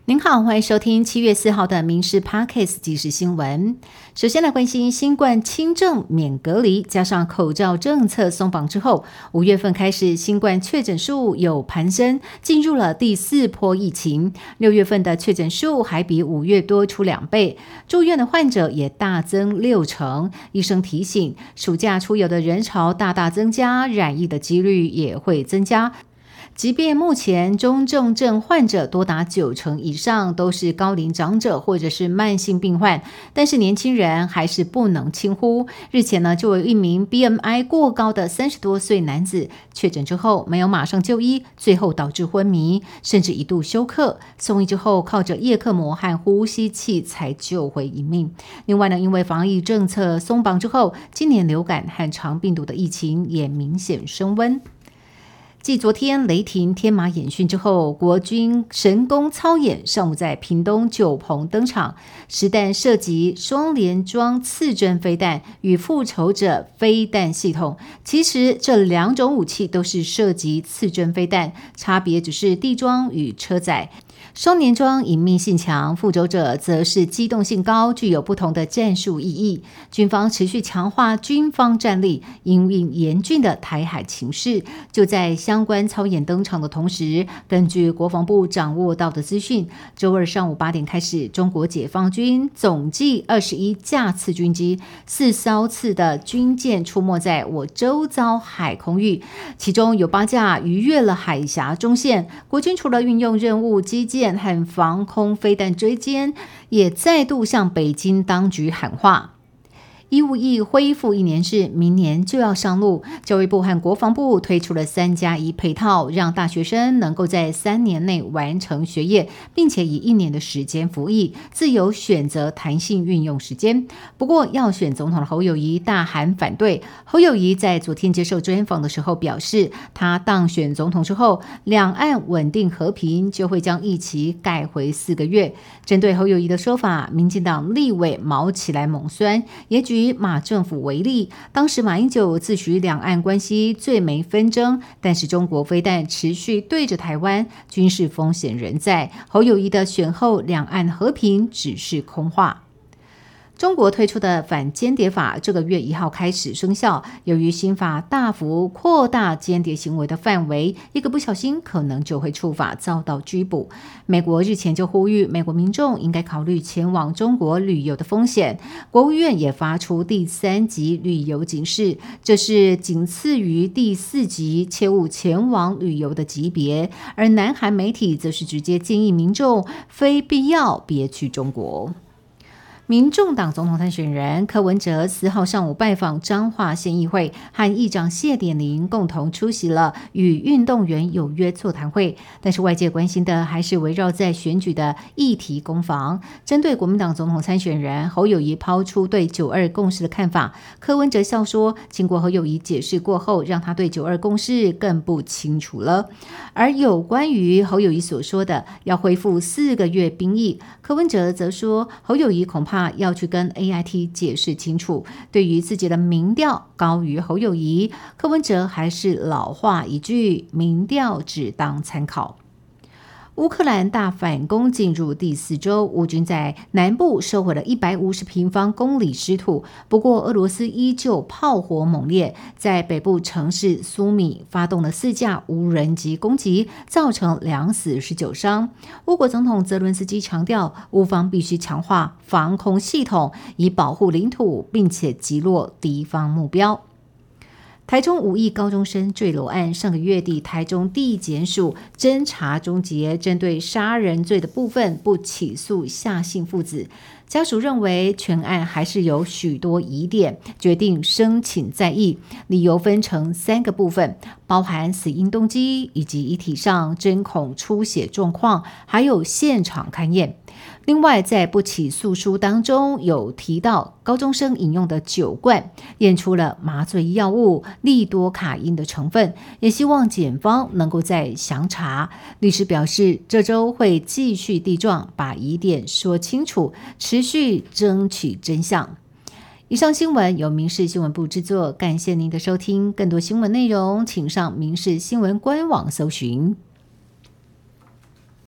您好，欢迎收听7月4号的民视 Podcast 即时新闻。首先来关心新冠轻症免隔离，加上口罩政策松绑之后，5月份开始新冠确诊数有攀升，进入了第4波疫情。6月份的确诊数还比5月多出2倍，住院的患者也大增60%。医生提醒，暑假出游的人潮大大增加，染疫的几率也会增加。即便目前中重症患者多达90%以上都是高龄长者或者是慢性病患，但是年轻人还是不能轻忽。日前呢，就有一名 BMI 过高的30多岁男子确诊之后没有马上就医，最后导致昏迷，甚至一度休克。送医之后靠着叶克膜和呼吸器才救回一命。另外呢，因为防疫政策松绑之后，今年流感和肠病毒的疫情也明显升温。继昨天雷霆天马演训之后，国军神功操演上午在屏东九鹏登场，实弹射击双联装刺针飞弹与复仇者飞弹系统。其实这2种武器都是射击刺针飞弹，差别只是地装与车载。双联装隐秘性强，复仇者则是机动性高，具有不同的战术意义。军方持续强化军方战力，因应严峻的台海情势。就在相关操演登场的同时，根据国防部掌握到的资讯，周二上午8点开始，中国解放军总计21架次军机，4艘次的军舰出没在我周遭海空域，其中有8架逾越了海峡中线。国军除了运用任务机舰和防空飞弹追歼，也再度向北京当局喊话。医务役恢复1年制，明年就要上路。教育部和国防部推出了3+1配套，让大学生能够在3年内完成学业，并且以1年的时间服役，自由选择弹性运用时间。不过，要选总统的侯友宜大喊反对。侯友宜在昨天接受专访的时候表示，他当选总统之后，两岸稳定和平，就会将役期改回4个月。针对侯友宜的说法，民进党立委毛起来猛酸，也举马政府为例，当时马英九自诩两岸关系最没纷争，但是中国飞弹持续对着台湾，军事风险仍在。侯友宜的选后两岸和平只是空话。中国推出的反间谍法这个月1号开始生效，由于新法大幅扩大间谍行为的范围，一个不小心可能就会触法遭到拘捕。美国日前就呼吁美国民众应该考虑前往中国旅游的风险，国务院也发出第3级旅游警示，这是仅次于第4级切勿前往旅游的级别，而南韩媒体则是直接建议民众非必要别去中国。民众党总统参选人柯文哲4号上午拜访彰化县议会，和议长谢点玲共同出席了与运动员有约座谈会。但是外界关心的还是围绕在选举的议题攻防。针对国民党总统参选人侯友宜抛出对9·2共识的看法，柯文哲笑说，经过侯友宜解释过后，让他对9·2共识更不清楚了。而有关于侯友宜所说的要恢复4个月兵役，柯文哲则说，侯友宜恐怕要去跟 AIT 解释清楚。对于自己的民调高于侯友宜，柯文哲还是老话一句，民调只当参考。乌克兰大反攻进入第4周，乌军在南部收回了150平方公里失土，不过俄罗斯依旧炮火猛烈，在北部城市苏米发动了4架无人机攻击，造成2死19伤。乌国总统泽伦斯基强调，乌方必须强化防空系统，以保护领土，并且击落敌方目标。台中5亿高中生坠楼案，上个月底台中地检署侦查终结，针对杀人罪的部分不起诉夏姓父子。家属认为全案还是有许多疑点，决定申请再议，理由分成3个部分，包含死因动机以及遗体上针孔出血状况，还有现场勘验。另外，在不起诉书当中有提到高中生饮用的酒罐验出了麻醉药物利多卡因的成分，也希望检方能够再详查。律师表示，这周会继续递状，把疑点说清楚，持续争取真相。以上新闻由民视新闻部制作，感谢您的收听。更多新闻内容请上民视新闻官网搜寻。